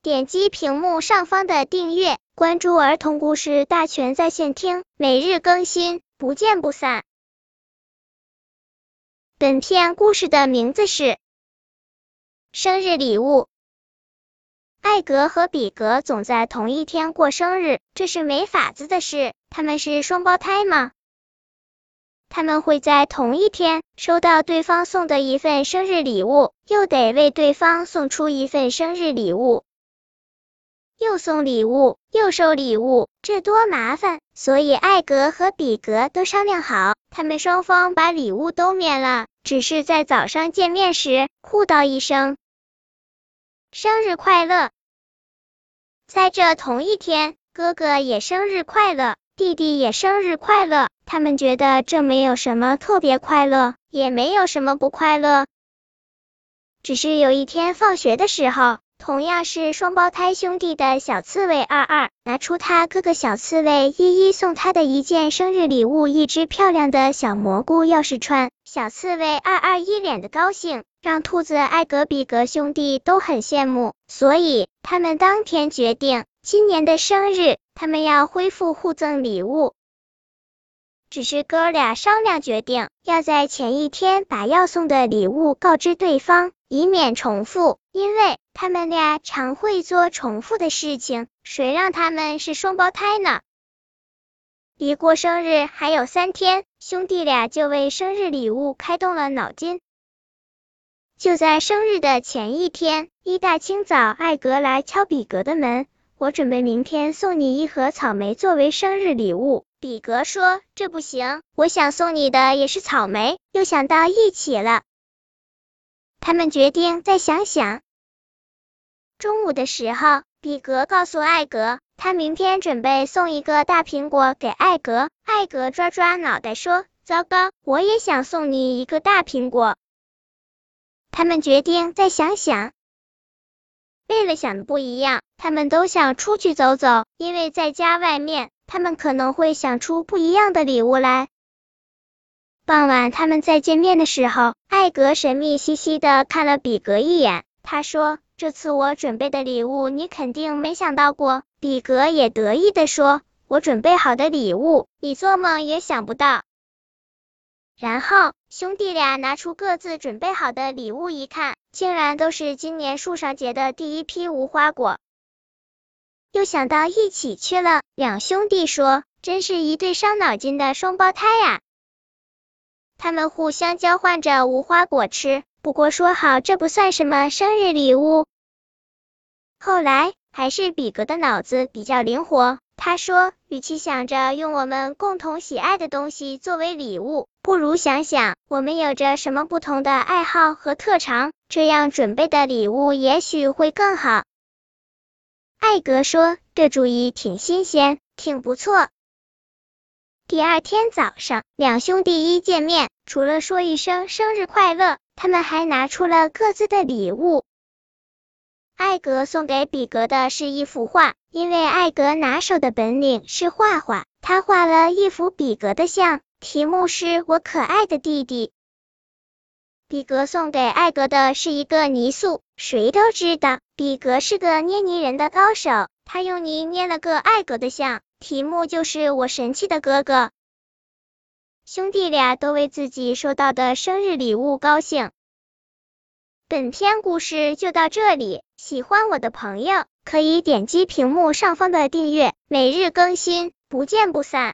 点击屏幕上方的订阅，关注儿童故事大全在线听，每日更新，不见不散。本片故事的名字是生日礼物。艾格和比格总在同一天过生日，这是没法子的事。他们是双胞胎吗？他们会在同一天收到对方送的一份生日礼物，又得为对方送出一份生日礼物。又送礼物，又收礼物，这多麻烦。所以艾格和比格都商量好，他们双方把礼物都免了，只是在早上见面时互道一声生日快乐。在这同一天，哥哥也生日快乐，弟弟也生日快乐。他们觉得这没有什么特别快乐，也没有什么不快乐。只是有一天放学的时候，同样是双胞胎兄弟的小刺猬二二拿出他哥哥小刺猬依依送他的一件生日礼物，一只漂亮的小蘑菇钥匙串。小刺猬二二一脸的高兴，让兔子艾格比格兄弟都很羡慕，所以他们当天决定，今年的生日他们要恢复互赠礼物。只是哥俩商量决定，要在前一天把要送的礼物告知对方，以免重复，因为他们俩常会做重复的事情，谁让他们是双胞胎呢？离过生日还有3天，兄弟俩就为生日礼物开动了脑筋。就在生日的前一天，一大清早，艾格来敲比格的门，我准备明天送你一盒草莓作为生日礼物。比格说，这不行，我想送你的也是草莓，又想到一起了。他们决定再想想。中午的时候，比格告诉艾格，他明天准备送一个大苹果给艾格。艾格抓抓脑袋说，糟糕，我也想送你一个大苹果。他们决定再想想。为了想的不一样，他们都想出去走走，因为在家外面，他们可能会想出不一样的礼物来。傍晚他们再见面的时候，艾格神秘兮兮的看了比格一眼，他说，这次我准备的礼物你肯定没想到过。比格也得意的说，我准备好的礼物，你做梦也想不到。然后兄弟俩拿出各自准备好的礼物一看，竟然都是今年树上结的第一批无花果。又想到一起去了，两兄弟说，真是一对伤脑筋的双胞胎呀。他们互相交换着无花果吃，不过说好这不算什么生日礼物。后来还是比格的脑子比较灵活，他说，与其想着用我们共同喜爱的东西作为礼物，不如想想我们有着什么不同的爱好和特长，这样准备的礼物也许会更好。艾格说，这主意挺新鲜，挺不错。第二天早上，两兄弟一见面，除了说一声生日快乐，他们还拿出了各自的礼物。艾格送给比格的是一幅画，因为艾格拿手的本领是画画，他画了一幅比格的像，题目是我可爱的弟弟。比格送给艾格的是一个泥塑，谁都知道比格是个捏泥人的高手，他用泥捏了个艾格的像，题目就是我神奇的哥哥。兄弟俩都为自己收到的生日礼物高兴。本篇故事就到这里，喜欢我的朋友可以点击屏幕上方的订阅，每日更新，不见不散。